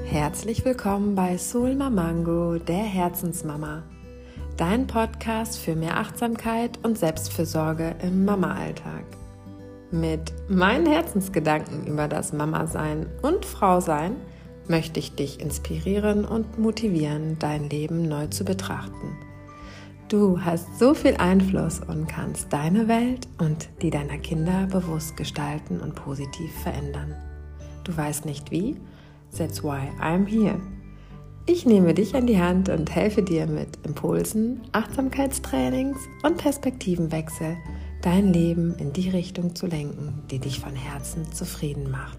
Herzlich willkommen bei Soul Mamango, der Herzensmama. Dein Podcast für mehr Achtsamkeit und Selbstfürsorge im Mama-Alltag. Mit meinen Herzensgedanken über das Mama-Sein und Frau-Sein möchte ich dich inspirieren und motivieren, dein Leben neu zu betrachten. Du hast so viel Einfluss und kannst deine Welt und die deiner Kinder bewusst gestalten und positiv verändern. Du weißt nicht wie? That's why I'm here. Ich nehme dich an die Hand und helfe dir mit Impulsen, Achtsamkeitstrainings und Perspektivenwechsel, dein Leben in die Richtung zu lenken, die dich von Herzen zufrieden macht.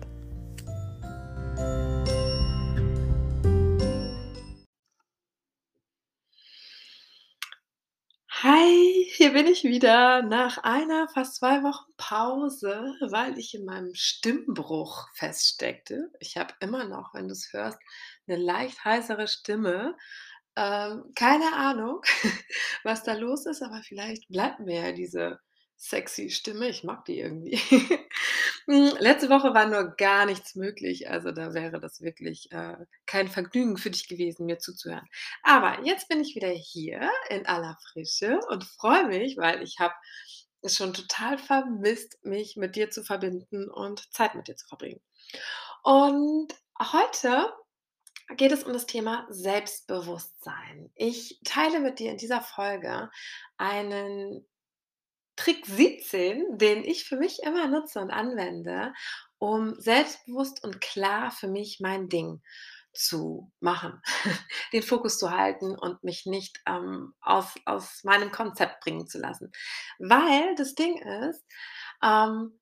Hi, hier bin ich wieder nach einer fast 2 Wochen Pause, weil ich in meinem Stimmbruch feststeckte. Ich habe immer noch, wenn du es hörst, eine leicht heisere Stimme. Keine Ahnung, was da los ist, aber vielleicht bleibt mir ja diese sexy Stimme. Ich mag die irgendwie. Letzte Woche war nur gar nichts möglich, also da wäre das wirklich, kein Vergnügen für dich gewesen, mir zuzuhören. Aber jetzt bin ich wieder hier in aller Frische und freue mich, weil ich habe es schon total vermisst, mich mit dir zu verbinden und Zeit mit dir zu verbringen. Und heute geht es um das Thema Selbstbewusstsein. Ich teile mit dir in dieser Folge einen Trick 17, den ich für mich immer nutze und anwende, um selbstbewusst und klar für mich mein Ding zu machen, den Fokus zu halten und mich nicht aus meinem Konzept bringen zu lassen. Weil das Ding ist, ähm,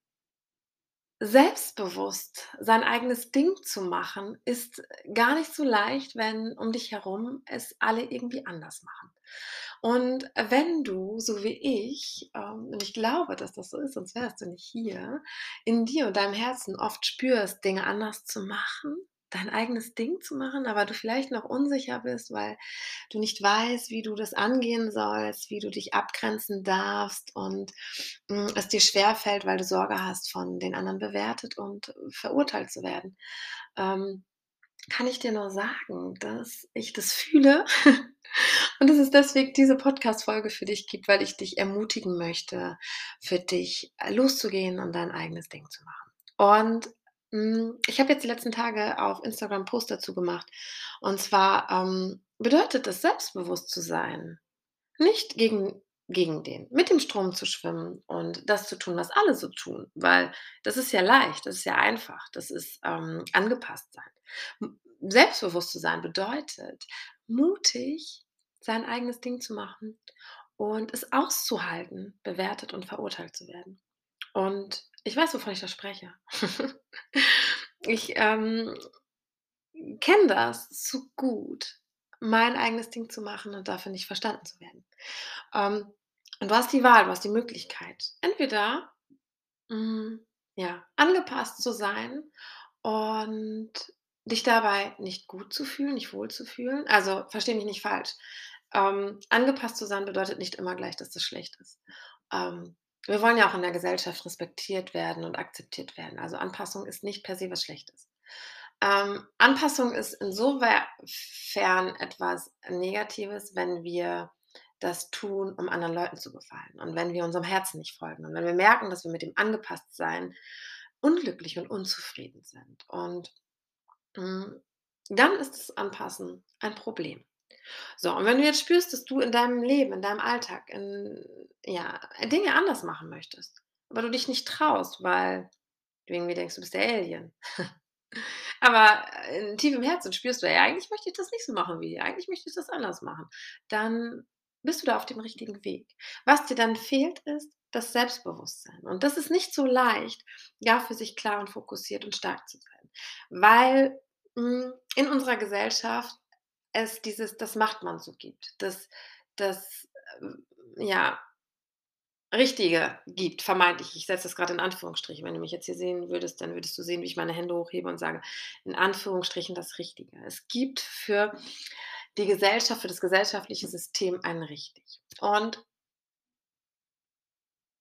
selbstbewusst sein eigenes Ding zu machen, ist gar nicht so leicht, wenn um dich herum es alle irgendwie anders machen. Und wenn du, so wie ich, und ich glaube, dass das so ist, sonst wärst du nicht hier, in dir und deinem Herzen oft spürst, Dinge anders zu machen, dein eigenes Ding zu machen, aber du vielleicht noch unsicher bist, weil du nicht weißt, wie du das angehen sollst, wie du dich abgrenzen darfst und es dir schwerfällt, weil du Sorge hast, von den anderen bewertet und verurteilt zu werden, ähm, kann ich dir nur sagen, dass ich das fühle und dass es deswegen diese Podcast-Folge für dich gibt, weil ich dich ermutigen möchte, für dich loszugehen und dein eigenes Ding zu machen. Und ich habe jetzt die letzten Tage auf Instagram 'n Post dazu gemacht. Und zwar bedeutet es, selbstbewusst zu sein, nicht gegen den mit dem Strom zu schwimmen und das zu tun, was alle so tun, weil das ist ja leicht, das ist ja einfach, das ist, angepasst sein. Selbstbewusst zu sein bedeutet, mutig sein eigenes Ding zu machen und es auszuhalten, bewertet und verurteilt zu werden. Und ich weiß, wovon ich da spreche. Ich, kenne das zu gut, mein eigenes Ding zu machen und dafür nicht verstanden zu werden. Ähm, und du hast die Wahl, du hast die Möglichkeit, entweder, hm, ja, angepasst zu sein und dich dabei nicht gut zu fühlen, nicht wohl zu fühlen. Also, verstehe mich nicht falsch. Angepasst zu sein bedeutet nicht immer gleich, dass das schlecht ist. Wir wollen ja auch in der Gesellschaft respektiert werden und akzeptiert werden. Also, Anpassung ist nicht per se was Schlechtes. Anpassung ist insofern etwas Negatives, wenn wir das tun, um anderen Leuten zu gefallen und wenn wir unserem Herzen nicht folgen und wenn wir merken, dass wir mit dem Angepasstsein unglücklich und unzufrieden sind. Und hm, dann ist das Anpassen ein Problem. So, und wenn du jetzt spürst, dass du in deinem Leben, in deinem Alltag, ja, Dinge anders machen möchtest, aber du dich nicht traust, weil du irgendwie denkst, du bist der Alien. Aber in tiefem Herzen spürst du: „Ey, eigentlich möchte ich das nicht so machen wie die. Eigentlich möchte ich das anders machen.“ Dann bist du da auf dem richtigen Weg. Was dir dann fehlt, ist das Selbstbewusstsein. Und das ist nicht so leicht, ja, für sich klar und fokussiert und stark zu sein, weil, in unserer Gesellschaft es dieses „Das macht man so“ gibt, das, ja, Richtige gibt, vermeintlich. Ich setze das gerade in Anführungsstrichen. Wenn du mich jetzt hier sehen würdest, dann würdest du sehen, wie ich meine Hände hochhebe und sage, in Anführungsstrichen das Richtige. Es gibt für die Gesellschaft, für das gesellschaftliche System ein Richtig. Und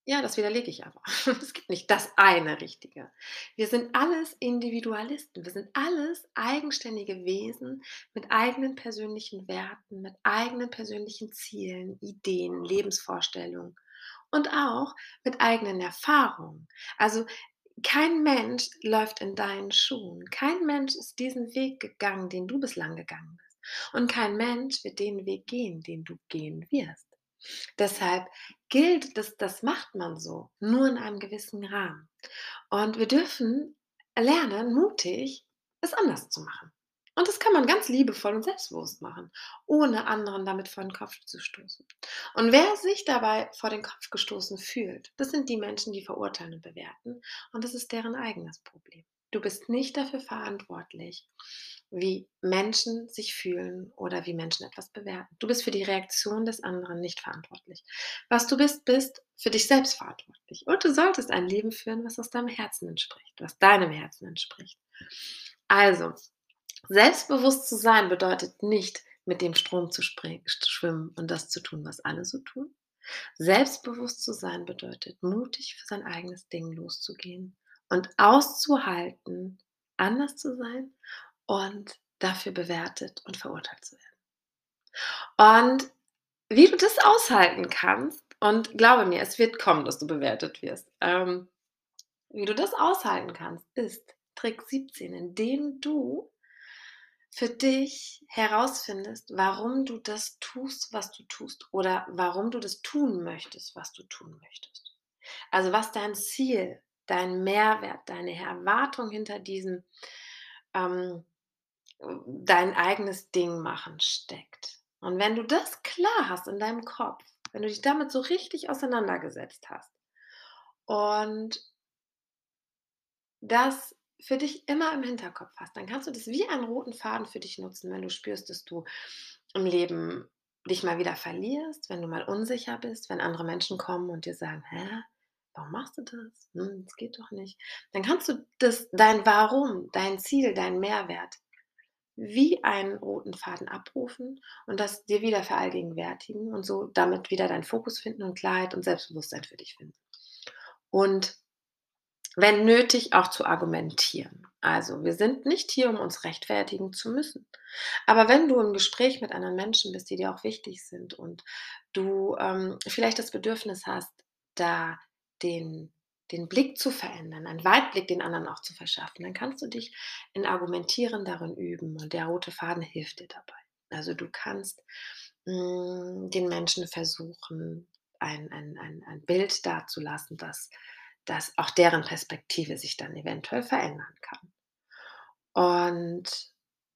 Ja, das widerlege ich aber. Es gibt nicht das eine Richtige. Wir sind alles Individualisten. Wir sind alles eigenständige Wesen mit eigenen persönlichen Werten, mit eigenen persönlichen Zielen, Ideen, Lebensvorstellungen und auch mit eigenen Erfahrungen. Also kein Mensch läuft in deinen Schuhen. Kein Mensch ist diesen Weg gegangen, den du bislang gegangen bist. Und kein Mensch wird den Weg gehen, den du gehen wirst. Deshalb gilt, dass das macht man so, nur in einem gewissen Rahmen. Und wir dürfen lernen, mutig es anders zu machen. Und das kann man ganz liebevoll und selbstbewusst machen, ohne anderen damit vor den Kopf zu stoßen. Und wer sich dabei vor den Kopf gestoßen fühlt, das sind die Menschen, die verurteilen und bewerten. Und das ist deren eigenes Problem. Du bist nicht dafür verantwortlich, wie Menschen sich fühlen oder wie Menschen etwas bewerten. Du bist für die Reaktion des anderen nicht verantwortlich. Was du bist, bist für dich selbst verantwortlich. Und du solltest ein Leben führen, was aus deinem Herzen entspricht, was deinem Herzen entspricht. Also, selbstbewusst zu sein bedeutet nicht, mit dem Strom zu schwimmen und das zu tun, was alle so tun. Selbstbewusst zu sein bedeutet, mutig für sein eigenes Ding loszugehen und auszuhalten, anders zu sein und dafür bewertet und verurteilt zu werden. Und wie du das aushalten kannst, und glaube mir, es wird kommen, dass du bewertet wirst. Wie du das aushalten kannst, ist Trick 17, indem du für dich herausfindest, warum du das tust, was du tust, oder warum du das tun möchtest, was du tun möchtest. Also was dein Ziel, dein Mehrwert, deine Erwartung hinter diesem ähm, dein eigenes Ding machen steckt. Und wenn du das klar hast in deinem Kopf, wenn du dich damit so richtig auseinandergesetzt hast und das für dich immer im Hinterkopf hast, dann kannst du das wie einen roten Faden für dich nutzen, wenn du spürst, dass du im Leben dich mal wieder verlierst, wenn du mal unsicher bist, wenn andere Menschen kommen und dir sagen: „Hä, warum machst du das? Das geht doch nicht.“ Dann kannst du das dein Warum, dein Ziel, deinen Mehrwert wie einen roten Faden abrufen und das dir wieder verallgegenwärtigen und so damit wieder deinen Fokus finden und Klarheit und Selbstbewusstsein für dich finden. Und wenn nötig, auch zu argumentieren. Also, wir sind nicht hier, um uns rechtfertigen zu müssen. Aber wenn du im Gespräch mit anderen Menschen bist, die dir auch wichtig sind und du, vielleicht das Bedürfnis hast, da den den Blick zu verändern, einen Weitblick den anderen auch zu verschaffen, dann kannst du dich in Argumentieren darin üben und der rote Faden hilft dir dabei. Also, du kannst, den Menschen versuchen, ein Bild dazulassen, dass auch deren Perspektive sich dann eventuell verändern kann. Und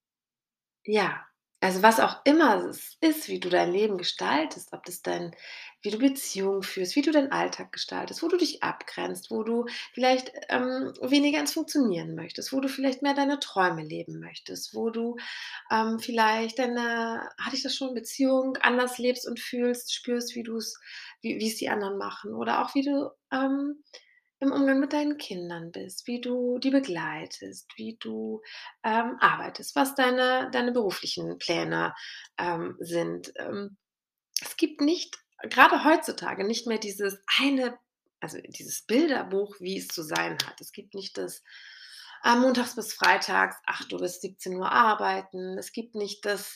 ja, also was auch immer es ist, wie du dein Leben gestaltest, ob das dein wie du Beziehungen führst, wie du deinen Alltag gestaltest, wo du dich abgrenzt, wo du vielleicht, weniger ins Funktionieren möchtest, wo du vielleicht mehr deine Träume leben möchtest, wo du, vielleicht deine hatte ich das schon, Beziehung anders lebst und fühlst, spürst, wie es die anderen machen oder auch wie du, im Umgang mit deinen Kindern bist, wie du die begleitest, wie du arbeitest, was deine beruflichen Pläne, sind. Es gibt nicht gerade heutzutage nicht mehr dieses Bilderbuch, wie es zu sein hat. Es gibt nicht das, montags bis freitags, ach, du wirst 17 Uhr arbeiten. Es gibt nicht das,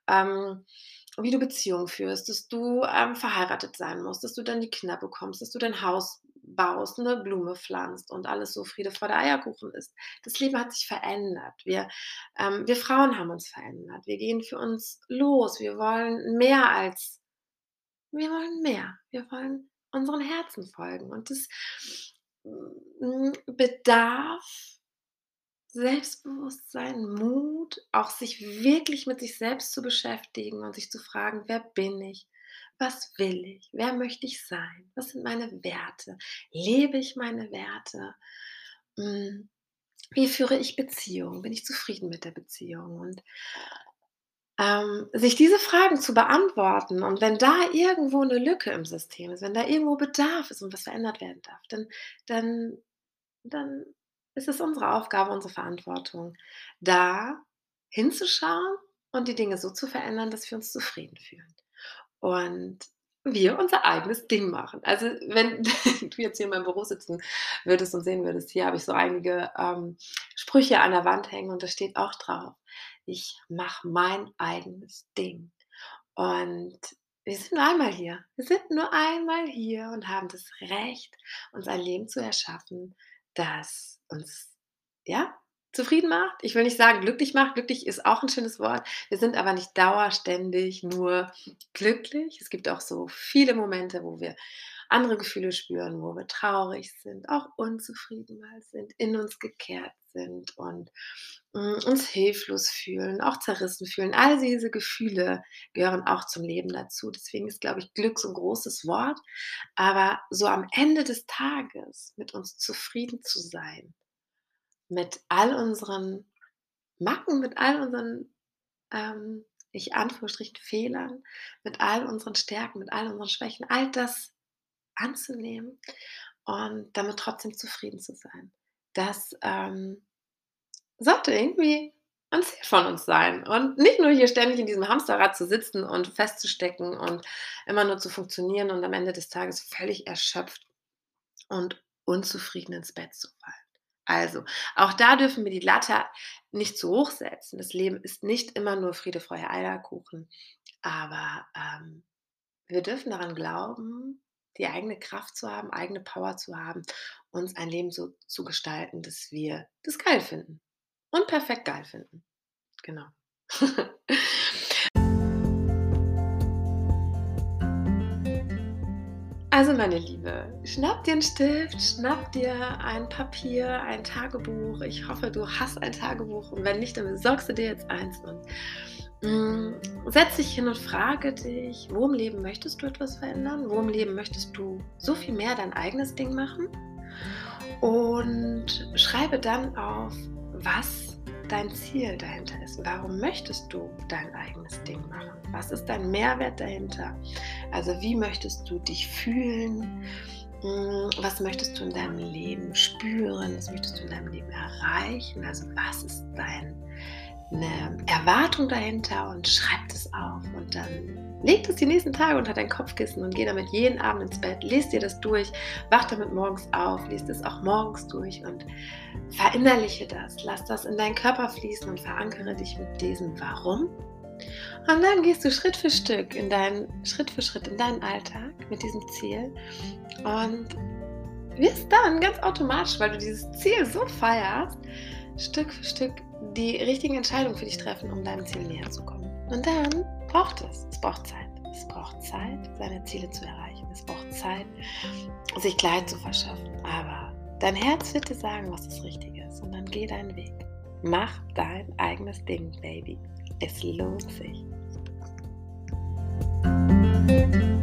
wie du Beziehungen führst, dass du, verheiratet sein musst, dass du dann die Kinder bekommst, dass du dein Haus baust, 'ne Blume pflanzt und alles so Friede, Freude, Eierkuchen ist. Das Leben hat sich verändert. Wir Frauen haben uns verändert. Wir gehen für uns los. Wir wollen mehr. Wir wollen unseren Herzen folgen und das, bedarf Selbstbewusstsein, Mut, auch sich wirklich mit sich selbst zu beschäftigen und sich zu fragen: „Wer bin ich? Was will ich? Wer möchte ich sein? Was sind meine Werte? Lebe ich meine Werte? Hm, wie führe ich Beziehungen? Bin ich zufrieden mit der Beziehung?“ Und sich diese Fragen zu beantworten und wenn da irgendwo 'ne Lücke im System ist, wenn da irgendwo Bedarf ist und was verändert werden darf, dann dann ist es unsere Aufgabe, unsere Verantwortung, da hinzuschauen und die Dinge so zu verändern, dass wir uns zufrieden fühlen. Und wir unser eigenes Ding machen. Also, wenn du jetzt hier in meinem Büro sitzen würdest und sehen würdest, hier habe ich so einige, Sprüche an der Wand hängen und da steht auch drauf: „Ich mache mein eigenes Ding.“ Und wir sind nur einmal hier. Wir sind nur einmal hier und haben das Recht, uns ein Leben zu erschaffen, das uns, ja, zufrieden macht. Ich will nicht sagen, glücklich macht. Glücklich ist auch ein schönes Wort. Wir sind aber nicht dauerständig nur glücklich. Es gibt auch so viele Momente, wo wir andere Gefühle spüren, wo wir traurig sind, auch unzufrieden mal sind, in uns gekehrt sind und, uns hilflos fühlen, auch zerrissen fühlen. All diese Gefühle gehören auch zum Leben dazu. Deswegen ist, glaube ich, Glück so 'n großes Wort, aber so am Ende des Tages mit uns zufrieden zu sein, mit all unseren Macken, mit all unseren, ich Anführungsstrichen Fehlern, mit all unseren Stärken, mit all unseren Schwächen, all das anzunehmen und damit trotzdem zufrieden zu sein. Das, sollte irgendwie ein Ziel von uns sein und nicht nur hier ständig in diesem Hamsterrad zu sitzen und festzustecken und immer nur zu funktionieren und am Ende des Tages völlig erschöpft und unzufrieden ins Bett zu fallen. Also, auch da dürfen wir die Latte nicht zu hoch setzen. Das Leben ist nicht immer nur Friede, Freude, Eierkuchen, aber, wir dürfen daran glauben, die eigene Kraft zu haben, eigene Power zu haben, uns ein Leben so zu gestalten, dass wir das geil finden und perfekt geil finden. Genau. Also, meine Liebe, schnapp dir 'n Stift, schnapp dir ein Papier, ein Tagebuch. Ich hoffe, du hast ein Tagebuch und wenn nicht, dann besorgst du dir jetzt eins und, setz dich hin und frage dich: „Wo im Leben möchtest du etwas verändern? Wo im Leben möchtest du so viel mehr dein eigenes Ding machen?“ Und schreibe dann auf, was dein Ziel dahinter ist. Warum möchtest du dein eigenes Ding machen? Was ist dein Mehrwert dahinter? Also, wie möchtest du dich fühlen? Was möchtest du in deinem Leben spüren? Was möchtest du in deinem Leben erreichen? Also, was ist deine Erwartung dahinter? Und schreib das auf und dann leg das die nächsten Tage unter dein Kopfkissen und geh damit jeden Abend ins Bett. Lies dir das durch, wach damit morgens auf, lies das auch morgens durch und verinnerliche das. Lass das in deinen Körper fließen und verankere dich mit diesem Warum. Und dann gehst du Schritt für Schritt in deinen Alltag mit diesem Ziel und wirst dann ganz automatisch, weil du dieses Ziel so feierst, Stück für Stück die richtigen Entscheidungen für dich treffen, um deinem Ziel näher zu kommen. Und dann braucht es. Es braucht Zeit. Es braucht Zeit, seine Ziele zu erreichen. Es braucht Zeit, sich Klarheit zu verschaffen. Aber dein Herz wird dir sagen, was das Richtige ist. Und dann geh deinen Weg. Mach dein eigenes Ding, Baby. Es lohnt sich.